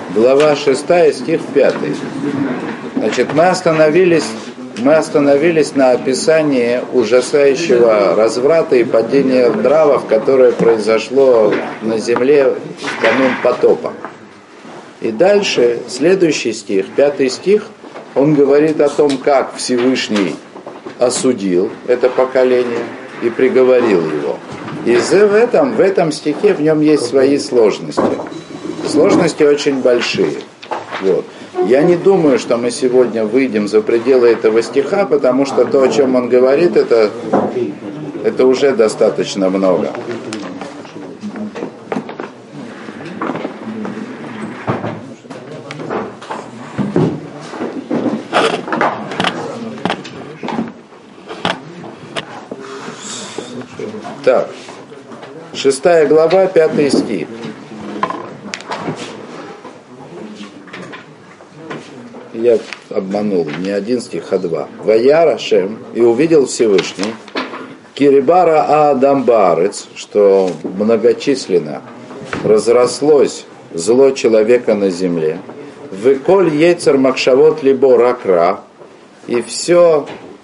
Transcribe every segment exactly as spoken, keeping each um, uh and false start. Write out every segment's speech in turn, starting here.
глава шестая, стих пятый. Значит, мы остановились, мы остановились на описании ужасающего разврата и падения нравов, которое произошло на земле в канун потопа. И дальше, следующий стих, пятый стих, он говорит о том, как Всевышний осудил это поколение и приговорил его. И в этом, в этом стихе в нем есть свои сложности. Сложности очень большие. Вот. Я не думаю, что мы сегодня выйдем за пределы этого стиха, потому что то, о чем он говорит, это, это уже достаточно много. Так, шестая глава, пятый стих. Я обманул, не один стих, а два. Ваяр Ашем, и увидел Всевышний, Кирибара Адамбарец, что многочисленно разрослось зло человека на земле, Веколь Ецер Макшавот либо Ракра, и все.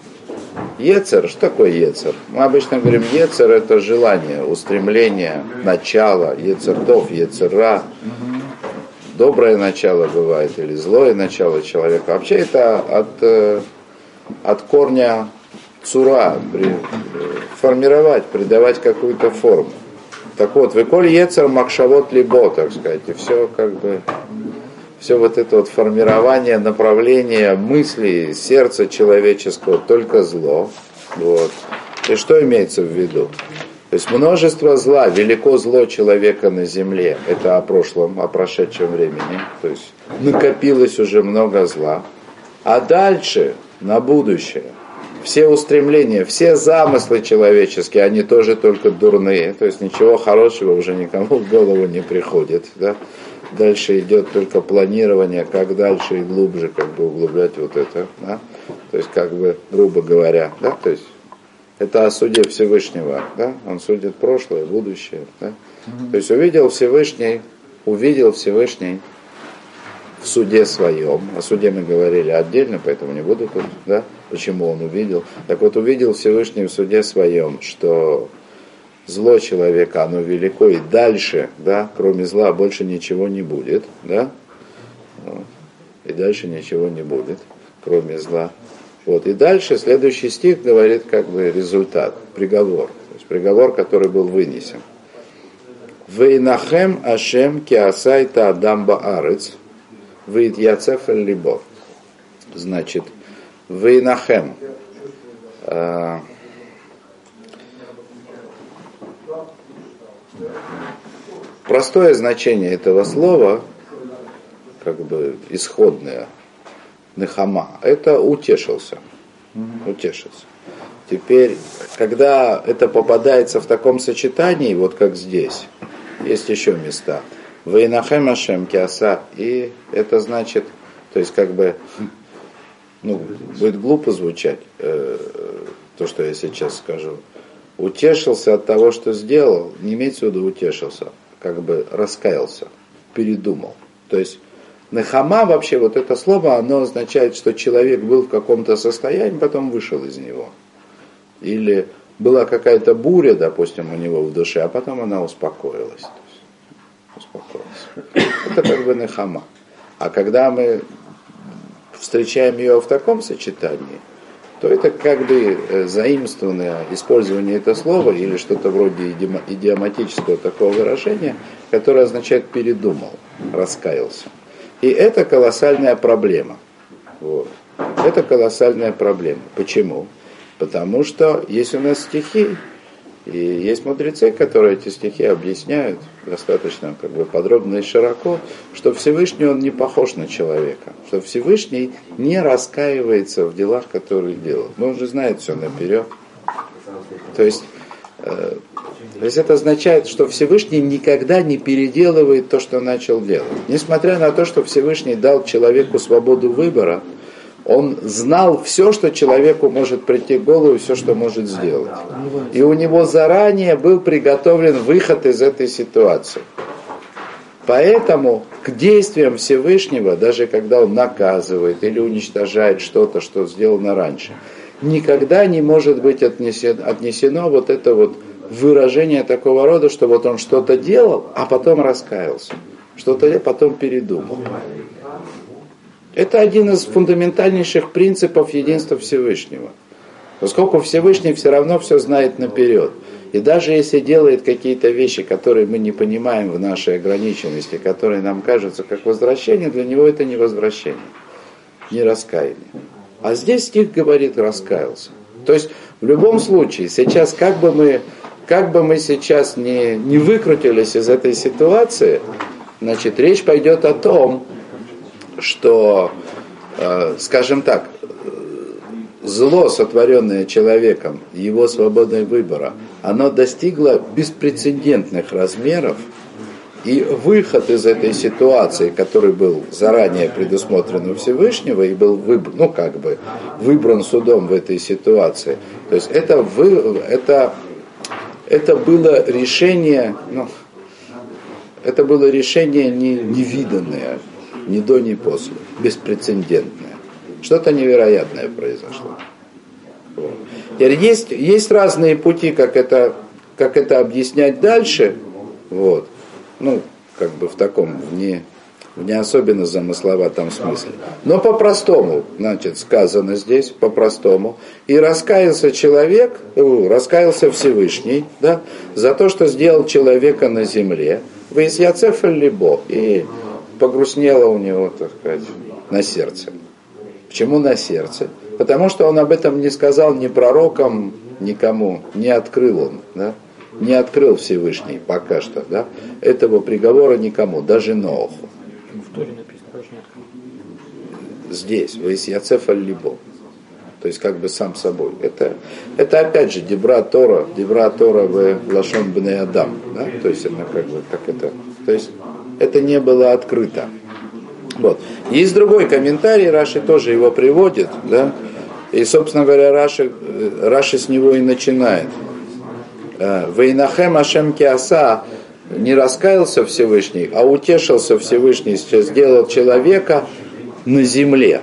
Ецер, что такое Ецер? Мы обычно говорим, Ецер — это желание, устремление, начало, Ецертов, Ецерра. Доброе начало бывает или злое начало человека. Вообще это от, от корня цура, при, формировать, придавать какую-то форму. Так вот, веколь ецер макшавот либо, так сказать, и все как бы, все вот это вот формирование, направление мыслей, сердца человеческого, только зло. Вот. И что имеется в виду? То есть множество зла, велико зло человека на земле. Это о прошлом, о прошедшем времени. То есть накопилось уже много зла. А дальше, на будущее, все устремления, все замыслы человеческие, они тоже только дурные. То есть ничего хорошего уже никому в голову не приходит. Да? Дальше идет только планирование, как дальше и глубже как бы углублять вот это. Да? То есть как бы, грубо говоря, да? То есть это о суде Всевышнего, да? Он судит прошлое, будущее, да? Mm-hmm. То есть увидел Всевышний, увидел Всевышний в суде своем. О суде мы говорили отдельно, поэтому не буду тут, да? Почему он увидел? Так вот, увидел Всевышний в суде своем, что зло человека, оно велико, и дальше, да, кроме зла, больше ничего не будет, да? Вот. И дальше ничего не будет, кроме зла. Вот. И дальше следующий стих говорит как бы результат, приговор. То есть приговор, который был вынесен. Вейнахем Ашем киасайта адам баарец вейт яцеф эль либо. Значит, Вейнахем. Э, простое значение этого слова, как бы исходное, Нехама, это утешился. Mm-hmm. Утешился. Теперь, когда это попадается в таком сочетании, вот как здесь, есть еще места. Вейнахем Ашем киаса, и это значит, то есть как бы, ну, будет глупо звучать, э, то, что я сейчас скажу. Утешился от того, что сделал, не имеется в виду утешился, как бы раскаялся, передумал. То есть Нехама вообще, вот это слово, оно означает, что человек был в каком-то состоянии, потом вышел из него. Или была какая-то буря, допустим, у него в душе, а потом она успокоилась. То есть, успокоилась. Это как бы Нехама. А когда мы встречаем ее в таком сочетании, то это как бы заимствованное использование этого слова или что-то вроде идиоматического такого выражения, которое означает передумал, раскаялся. И это колоссальная проблема. Вот. Это колоссальная проблема. Почему? Потому что есть у нас стихи, и есть мудрецы, которые эти стихи объясняют достаточно как бы подробно и широко, что Всевышний, он не похож на человека, что Всевышний не раскаивается в делах, которые делает. Но он же знает все наперед. То есть, э, то есть это означает, что Всевышний никогда не переделывает то, что начал делать. Несмотря на то, что Всевышний дал человеку свободу выбора, он знал все, что человеку может прийти в голову, все, что может сделать. И у него заранее был приготовлен выход из этой ситуации. Поэтому к действиям Всевышнего, даже когда он наказывает или уничтожает что-то, что сделано раньше, никогда не может быть отнесено, отнесено вот это вот выражение такого рода, что вот он что-то делал, а потом раскаялся, что-то потом передумал. Это один из фундаментальнейших принципов единства Всевышнего. Поскольку Всевышний все равно все знает наперед. И даже если делает какие-то вещи, которые мы не понимаем в нашей ограниченности, которые нам кажутся как возвращение, для него это не возвращение, не раскаяние. А здесь стих говорит «раскаялся». То есть в любом случае, сейчас как бы мы, как бы мы сейчас не, не выкрутились из этой ситуации, значит, речь пойдет о том, что, э, скажем так, зло, сотворенное человеком, его свободой выбора, оно достигло беспрецедентных размеров, и выход из этой ситуации, который был заранее предусмотрен у Всевышнего и был выбран, ну, как бы, выбран судом в этой ситуации, то есть это, вы, это, это было решение, ну, это было решение не, невиданное, ни до, ни после, беспрецедентное. Что-то невероятное произошло. Вот. Теперь есть, есть разные пути, как это, как это объяснять дальше. Вот. Ну, как бы в таком, в не, в не особенно замысловатом смысле. Но по-простому, значит, сказано здесь, по-простому. И раскаялся человек, раскаялся Всевышний, да, за то, что сделал человека на земле. Ваисьяцеф эль-либо. И погрустнело у него, так сказать, на сердце. Почему на сердце? Потому что он об этом не сказал ни пророкам, никому, не открыл он, да? Не открыл Всевышний пока что, да? Этого приговора никому, даже Ноаху. В Торе написано, здесь, Ваисьяцеф эль-либо. То есть как бы сам собой. Это, это опять же дебра Тора, дебра Тора в лашон бней Адам, да? То есть это как бы как это, то есть это не было открыто. Вот. Есть другой комментарий, Раши тоже его приводит, да? И, собственно говоря, Раши, Раши с него и начинает. Вейнахем Ашем Киаса, не раскаялся Всевышний, а утешился Всевышний, сделал человека на земле.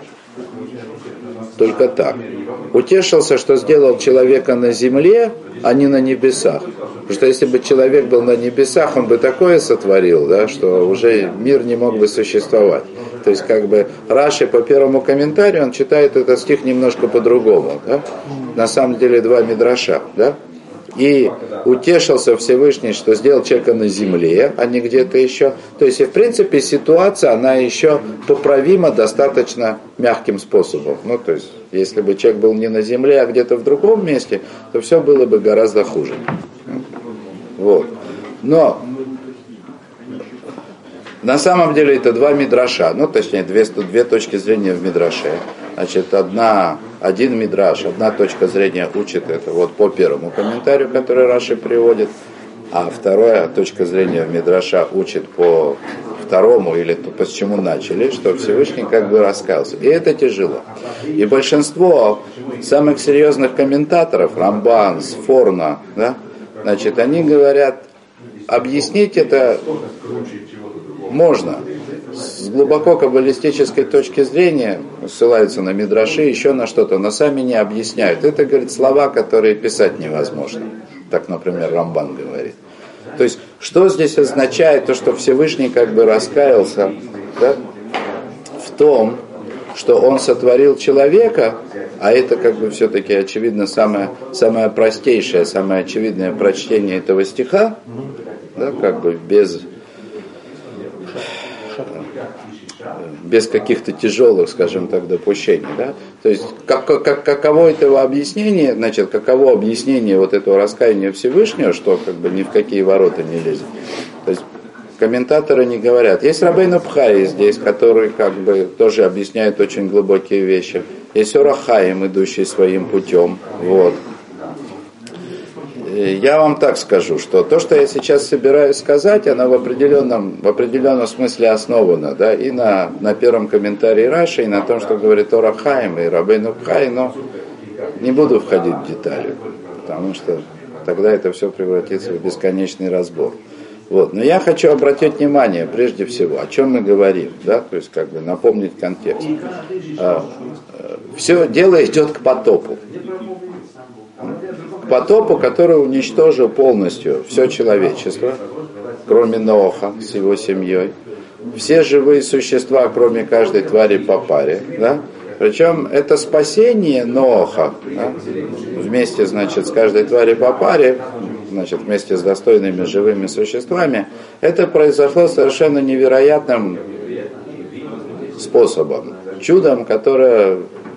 Только так. Утешился, что сделал человека на земле, а не на небесах. Потому что если бы человек был на небесах, он бы такое сотворил, да, что уже мир не мог бы существовать. То есть как бы Раши по первому комментарию, он читает этот стих немножко по-другому. Да? На самом деле два мидраша. Да? И утешился Всевышний, что сделал человека на земле, а не где-то еще. То есть, и в принципе, ситуация, она еще поправима достаточно мягким способом. Ну, то есть, если бы человек был не на земле, а где-то в другом месте, то все было бы гораздо хуже. Вот. Но на самом деле это два мидраша, ну, точнее, две, две точки зрения в мидраше. Значит, одна, один мидраш, одна точка зрения учит это вот по первому комментарию, который Раши приводит, а вторая точка зрения в мидраша учит по второму, или то, почему начали, что Всевышний как бы раскаялся. И это тяжело. И большинство самых серьезных комментаторов, Рамбан, Сфорна, да, значит, они говорят, объяснить это можно. С глубоко каббалистической точки зрения, ссылаются на мидраши, еще на что-то, но сами не объясняют. Это, говорит, слова, которые писать невозможно. Так, например, Рамбан говорит. То есть, что здесь означает то, что Всевышний как бы раскаялся, да, в том, что он сотворил человека, а это как бы все-таки очевидно самое, самое простейшее, самое очевидное прочтение этого стиха, да, как бы без... без каких-то тяжелых, скажем так, допущений, да? То есть, как, как, каково этого объяснение, значит, каково объяснение вот этого раскаяния Всевышнего, что как бы ни в какие ворота не лезет. То есть, комментаторы не говорят. Есть Рабейну Бхаи здесь, который как бы тоже объясняет очень глубокие вещи. Есть Ор ха-Хаим, идущий своим путем, вот. Я вам так скажу, что то, что я сейчас собираюсь сказать, оно в определенном, в определенном смысле основано, да, и на, на первом комментарии Раши, и на том, что говорит Ор ха-Хаим и Рабейну Бхаи, но не буду входить в детали, потому что тогда это все превратится в бесконечный разбор. Вот. Но я хочу обратить внимание, прежде всего, о чем мы говорим, да, то есть как бы напомнить контекст. А, все дело идет к потопу. К потопу, который уничтожил полностью все человечество, кроме Ноаха с его семьей. Все живые существа, кроме каждой твари по паре, да? Причем это спасение Ноаха, да? Вместе, значит, с каждой твари по паре, значит, вместе с достойными живыми существами, это произошло совершенно невероятным способом, чудом, которое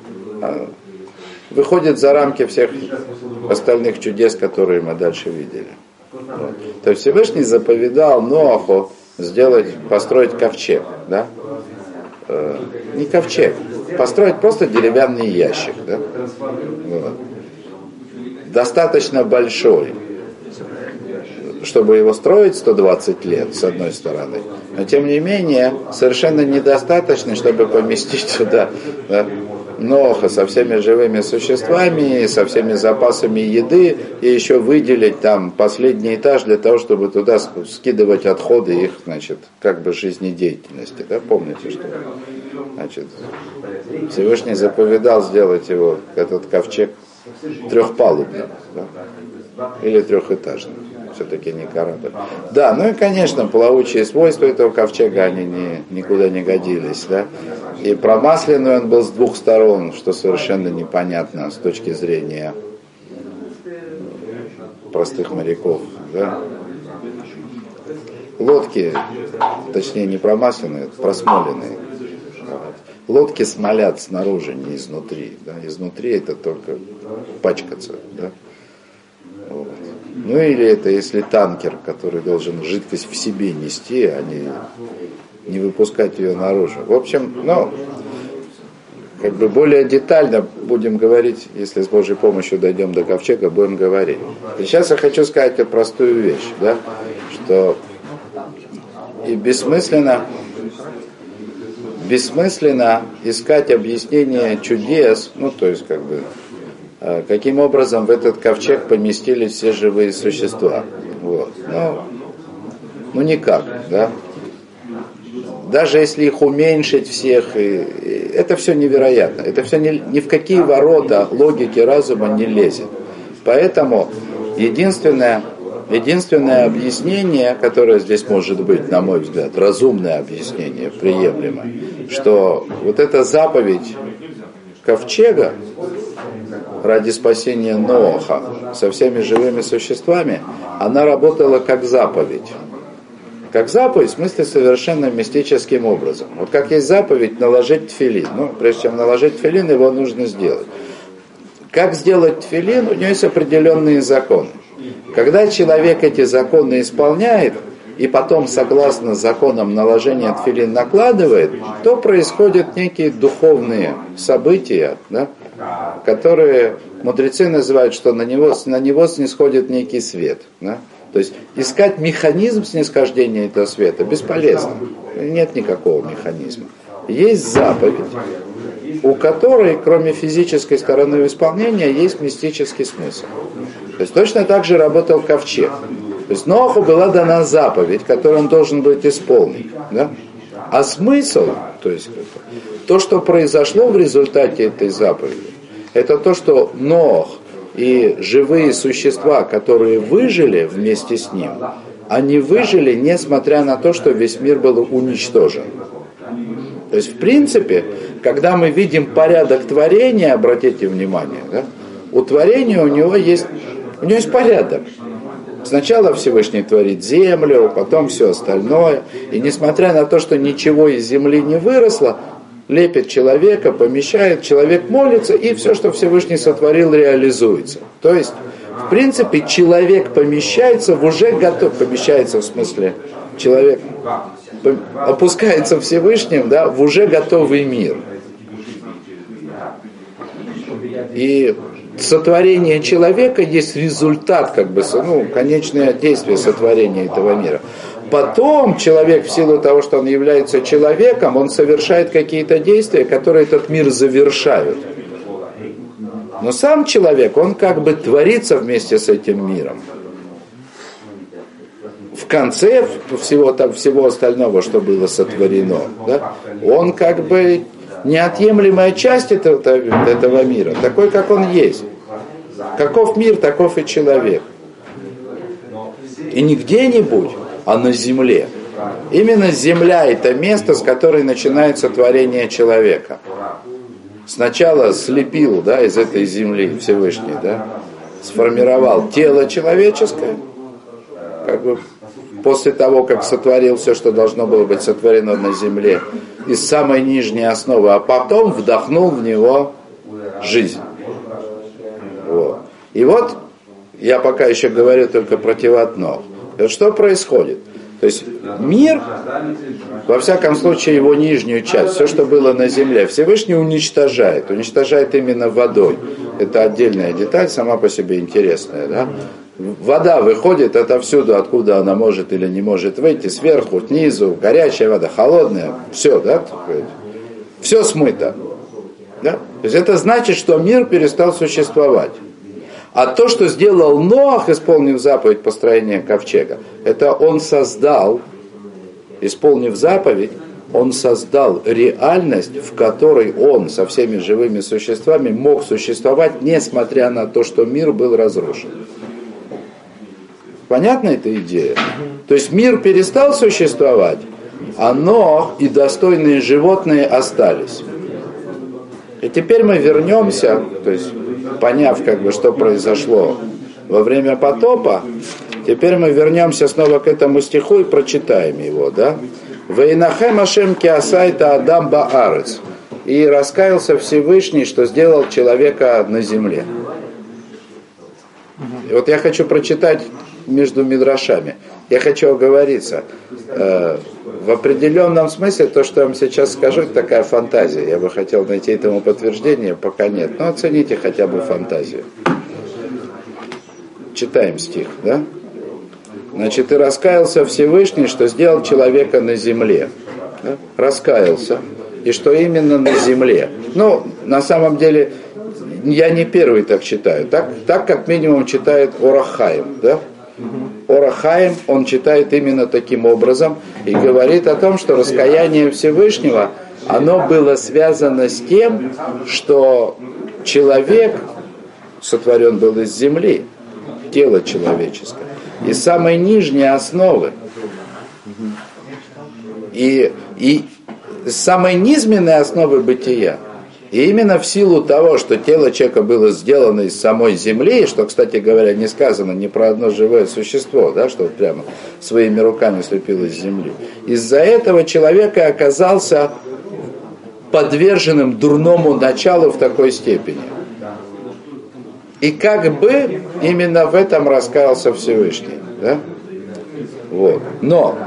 выходит за рамки всех остальных чудес, которые мы дальше видели. Вот. То есть Всевышний заповедал Ноаху сделать, построить ковчег, да? Э, не ковчег, построить просто деревянный ящик, да? Вот. Достаточно большой, чтобы его строить сто двадцать лет, с одной стороны, но тем не менее совершенно недостаточно, чтобы поместить туда, да, Ноаха со всеми живыми существами, со всеми запасами еды, и еще выделить там последний этаж для того, чтобы туда скидывать отходы их, значит, как бы жизнедеятельности, да, помните, что, значит, Всевышний заповедал сделать его, этот ковчег, трехпалубным, да, или трехэтажным, все-таки не корабль. Да, ну и, конечно, плавучие свойства этого ковчега, они не, никуда не годились, да. И промасленный он был с двух сторон, что совершенно непонятно с точки зрения простых моряков, да. Лодки, точнее не промасленные, просмоленные. Лодки смолят снаружи, не изнутри, да. Изнутри это только пачкаться, да. Вот. Ну или это если танкер, который должен жидкость в себе нести, а не, не выпускать ее наружу. В общем, ну, как бы более детально будем говорить, если с Божьей помощью дойдем до ковчега, будем говорить. И сейчас я хочу сказать простую вещь, да, что и бессмысленно, бессмысленно искать объяснение чудес, ну то есть как бы каким образом в этот ковчег поместились все живые существа. Вот. Ну, ну никак, да. Даже если их уменьшить всех, и, и, это все невероятно. Это все ни, ни в какие ворота логики разума не лезет. Поэтому единственное, единственное объяснение, которое здесь может быть, на мой взгляд, разумное объяснение, приемлемое, что вот эта заповедь ковчега ради спасения Ноаха со всеми живыми существами, она работала как заповедь. Как заповедь, в смысле совершенно мистическим образом. Вот как есть заповедь наложить тфилин. Ну, прежде чем наложить тфилин, его нужно сделать. Как сделать тфилин, у него есть определенные законы. Когда человек эти законы исполняет, и потом, согласно законам наложения тфилин накладывает, то происходят некие духовные события, да, которые мудрецы называют, что на него, на него снисходит некий свет. Да? То есть искать механизм снисхождения этого света бесполезно. Нет никакого механизма. Есть заповедь, у которой, кроме физической стороны исполнения, есть мистический смысл. То есть точно так же работал ковчег. То есть Ноаху была дана заповедь, которую он должен быть исполнить. Да? А смысл, то есть то, что произошло в результате этой заповеди, это то, что Ноах и живые существа, которые выжили вместе с ним, они выжили, несмотря на то, что весь мир был уничтожен. То есть, в принципе, когда мы видим порядок творения, обратите внимание, да, у творения у него есть, у него есть порядок. Сначала Всевышний творит землю, потом все остальное. И несмотря на то, что ничего из земли не выросло, лепит человека, помещает, человек молится, и все, что Всевышний сотворил, реализуется. То есть, в принципе, человек помещается в уже готов, помещается в смысле, человек опускается Всевышним, да, в уже готовый мир. И сотворение человека есть результат, как бы, ну, конечное действие сотворения этого мира. Потом человек, в силу того, что он является человеком, он совершает какие-то действия, которые этот мир завершают. Но сам человек, он как бы творится вместе с этим миром. в конце всего, там, всего остального, что было сотворено, да, он как бы неотъемлемая часть этого, этого мира, такой, как он есть. Каков мир, таков и человек. И не где-нибудь, а на земле. Именно земля – это место, с которой начинается творение человека. Сначала слепил, да, из этой земли Всевышний, да, сформировал тело человеческое, как бы после того, как сотворил все, что должно было быть сотворено на земле, из самой нижней основы, а потом вдохнул в него жизнь. Вот. И вот, я пока еще говорю только про Тиват Ноах. Вот что происходит? То есть мир, во всяком случае его нижнюю часть, все, что было на земле, Всевышний уничтожает. Уничтожает именно водой. Это отдельная деталь, сама по себе интересная. Да? Вода выходит отовсюду, откуда она может или не может выйти, сверху, снизу, горячая вода, холодная, все, да? Все смыто. Да? То есть это значит, что мир перестал существовать. А то, что сделал Ноах, исполнив заповедь построения ковчега, это он создал, исполнив заповедь, он создал реальность, в которой он со всеми живыми существами мог существовать, несмотря на то, что мир был разрушен. Понятна эта идея? То есть мир перестал существовать, а Ноах и достойные животные остались. И теперь мы вернемся, то есть поняв, как бы, что произошло во время потопа, теперь мы вернемся снова к этому стиху и прочитаем его, да? «Вейнахем Ашем ки асайта Адам баарец». И раскаялся Всевышний, что сделал человека на земле. И вот я хочу прочитать между мидрашами. Я хочу оговориться. Э, в определенном смысле то, что я вам сейчас скажу, это такая фантазия. Я бы хотел найти этому подтверждение, пока нет. Но оцените хотя бы фантазию. Читаем стих, да? Значит, и раскаялся Всевышний, что сделал человека на земле. Да? Раскаялся. И что именно на земле. Ну, на самом деле, я не первый так читаю. Так, так как минимум читает Орах Хаим, да? Орах Хаим, он читает именно таким образом и говорит о том, что раскаяние Всевышнего, оно было связано с тем, что человек сотворен был из земли, тело человеческое, из самой нижней основы. И, и с самой низменной основы бытия. И именно в силу того, что тело человека было сделано из самой земли, что, кстати говоря, не сказано ни про одно живое существо, да, что вот прямо своими руками слепил из земли, из-за этого человек и оказался подверженным дурному началу в такой степени. И как бы именно в этом раскаялся Всевышний. Да? Вот. Но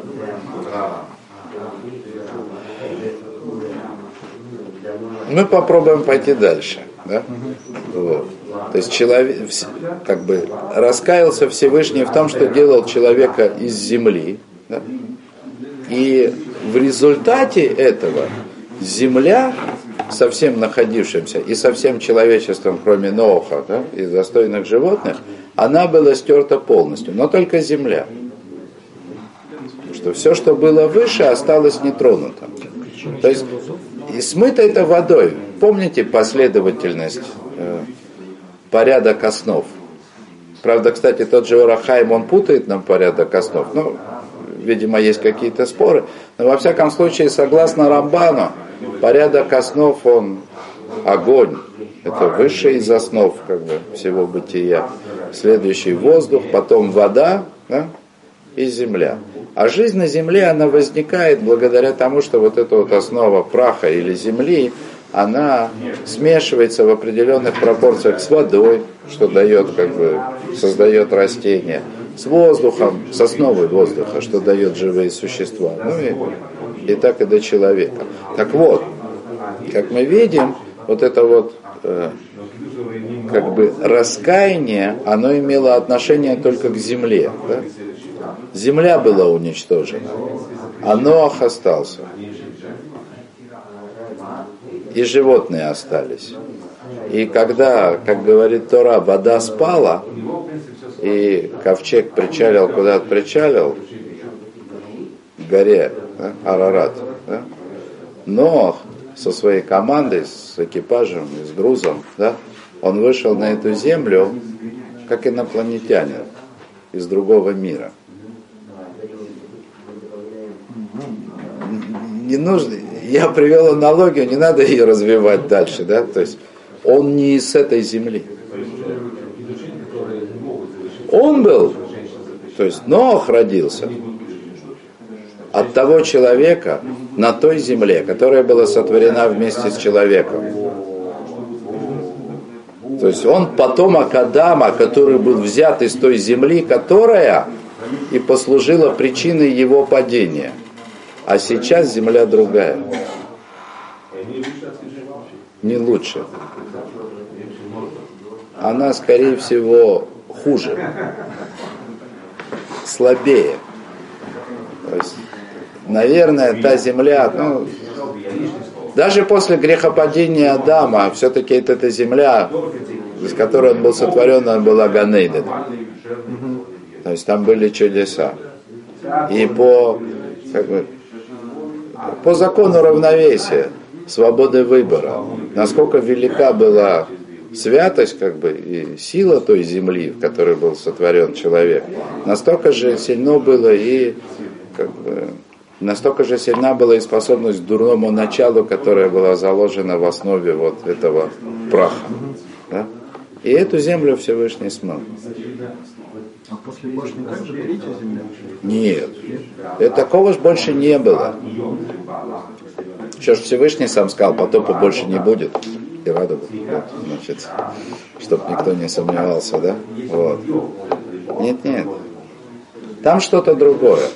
мы попробуем пойти дальше. Да? Вот. То есть человек как бы раскаялся Всевышний в том, что делал человека из земли. Да? И в результате этого земля со всем находившимся и со всем человечеством, кроме Ноаха, да, и достойных животных, она была стерта полностью, но только земля. Потому что все, что было выше, осталось нетронутым. То есть и смыто это водой. Помните последовательность, э, порядок основ? Правда, кстати, тот же Орах Хаим, он путает нам порядок основ. Ну, видимо, есть какие-то споры. Но во всяком случае, согласно Рамбану, порядок основ, он огонь. Это высший из основ как бы, всего бытия. Следующий воздух, потом вода, да, и земля. А жизнь на земле, она возникает благодаря тому, что вот эта вот основа праха или земли, она смешивается в определенных пропорциях с водой, что дает, как бы, создает растения, с воздухом, с основой воздуха, что дает живые существа. Ну и, и так и до человека. Так вот, как мы видим, вот это вот э, как бы раскаяние, оно имело отношение только к земле. Да? Земля была уничтожена, а Ноах остался. И животные остались. И когда, как говорит Тора, вода спала, и ковчег причалил, куда-то причалил, к горе, да, Арарат, да, Ноах со своей командой, с экипажем и с грузом, да, он вышел на эту землю как инопланетянин из другого мира. Не нужно, я привел аналогию, не надо ее развивать дальше, да, то есть он не из этой земли. Он был, то есть Ноах родился от того человека на той земле, которая была сотворена вместе с человеком. То есть он потомок Адама, который был взят из той земли, которая и послужила причиной его падения. А сейчас земля другая. Не лучше. Она, скорее всего, хуже. Слабее. То есть, наверное, та земля, ну, даже после грехопадения Адама, все-таки это, эта земля, из которой он был сотворен, она была Ганейден. То есть там были чудеса. И по, как бы, по закону равновесия, свободы выбора, насколько велика была святость, как бы, и сила той земли, в которой был сотворен человек, настолько же сильно было и, как бы, настолько же сильна была и способность к дурному началу, которая была заложена в основе вот этого праха. Да? И эту землю Всевышний смыл. А после башни также третья земля? Нет. И такого же больше не было. Что ж Всевышний сам сказал, потопа больше не будет. И радугу. Вот, значит, чтобы никто не сомневался, да? Вот. Нет, нет. Там что-то другое.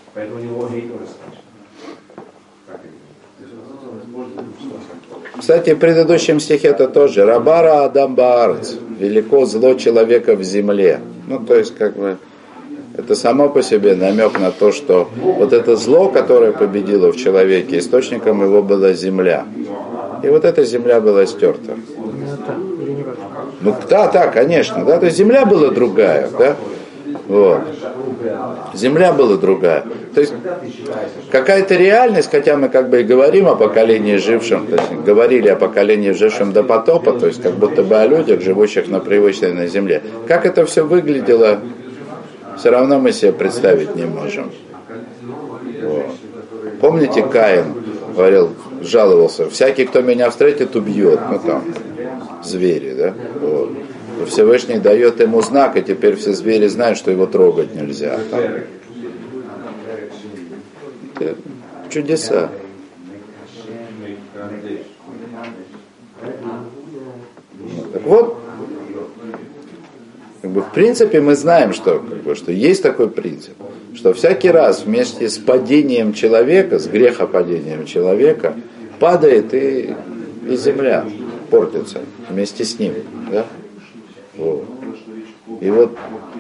Кстати, в предыдущем стихе это тоже. Рабара Адам Баарец. Велико зло человека в земле. Ну, то есть, как бы, это само по себе намек на то, что вот это зло, которое победило в человеке, источником его была земля. И вот эта земля была стерта. Ну, да, да, конечно, да, то есть земля была другая, да, вот. Земля была другая. То есть какая-то реальность, хотя мы как бы и говорим о поколении жившем, то есть говорили о поколении жившем до потопа, то есть как будто бы о людях, живущих на привычной на земле. Как это все выглядело, все равно мы себе представить не можем. Вот. Помните, Каин говорил, жаловался, всякий, кто меня встретит, убьет. Ну там, звери, да? Вот. Всевышний дает ему знак, и теперь все звери знают, что его трогать нельзя. Там. Это чудеса. Так вот, как бы, в принципе, мы знаем, что, как бы, что есть такой принцип, что всякий раз вместе с падением человека, с грехопадением человека, падает и, и земля, портится вместе с ним. Да? Вот. И вот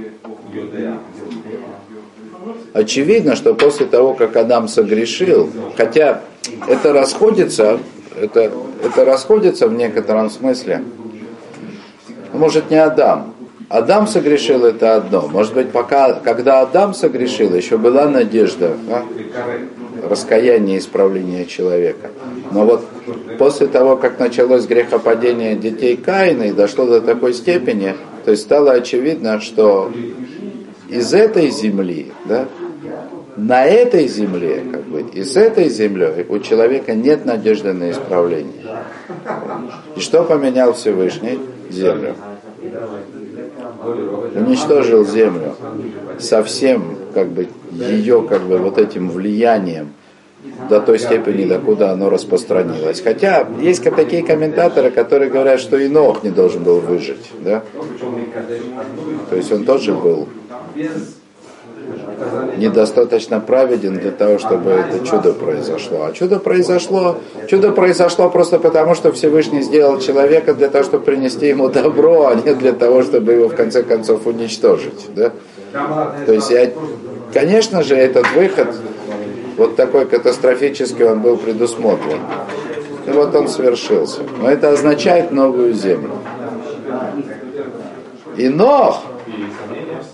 очевидно, что после того, как Адам согрешил, хотя это расходится, это, это расходится в некотором смысле, может не Адам. Адам согрешил, это одно. Может быть, пока, когда Адам согрешил, еще была надежда, да? Раскаяние и исправление человека. Но вот после того, как началось грехопадение детей Каина и дошло до такой степени, то есть стало очевидно, что из этой земли, да, на этой земле, как бы, и с этой землей у человека нет надежды на исправление. И что поменял Всевышний? Землю. Уничтожил землю со всем, как бы, ее, как бы, вот этим влиянием до той степени, до куда оно распространилось. Хотя есть такие комментаторы, которые говорят, что и Ноах не должен был выжить, да? То есть он тоже был недостаточно праведен для того, чтобы это чудо произошло. А чудо произошло, чудо произошло просто потому, что Всевышний сделал человека для того, чтобы принести ему добро, а не для того, чтобы его в конце концов уничтожить. Да? То есть, я, конечно же, этот выход, вот такой катастрофический, он был предусмотрен. И вот он совершился. Но это означает новую землю. И Ноах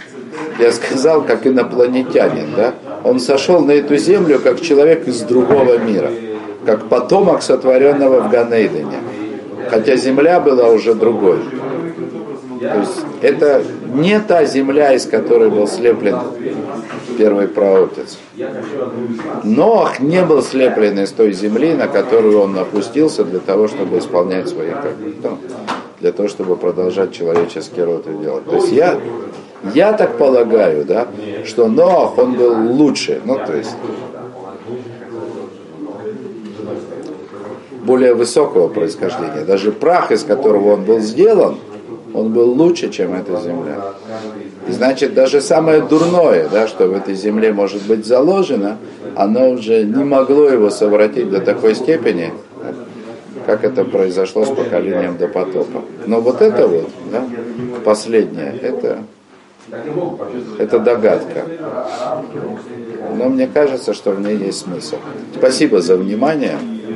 я сказал, как инопланетянин, да? Он сошел на эту землю как человек из другого мира, как потомок сотворенного в Ганейдене, хотя земля была уже другой. То есть это не та земля, из которой был слеплен первый праотец. Нох не был слеплен из той земли, на которую он опустился для того, чтобы исполнять свои, как бы, ну, для того, чтобы продолжать человеческий род и делать. То есть я, я так полагаю, да, что Нох, он был лучше, ну то есть более высокого происхождения. Даже прах, из которого он был сделан, он был лучше, чем эта земля. И значит, даже самое дурное, да, что в этой земле может быть заложено, оно уже не могло его совратить до такой степени, как это произошло с поколением до потопа. Но вот это вот, да, последнее, это, это догадка. Но мне кажется, что в ней есть смысл. Спасибо за внимание.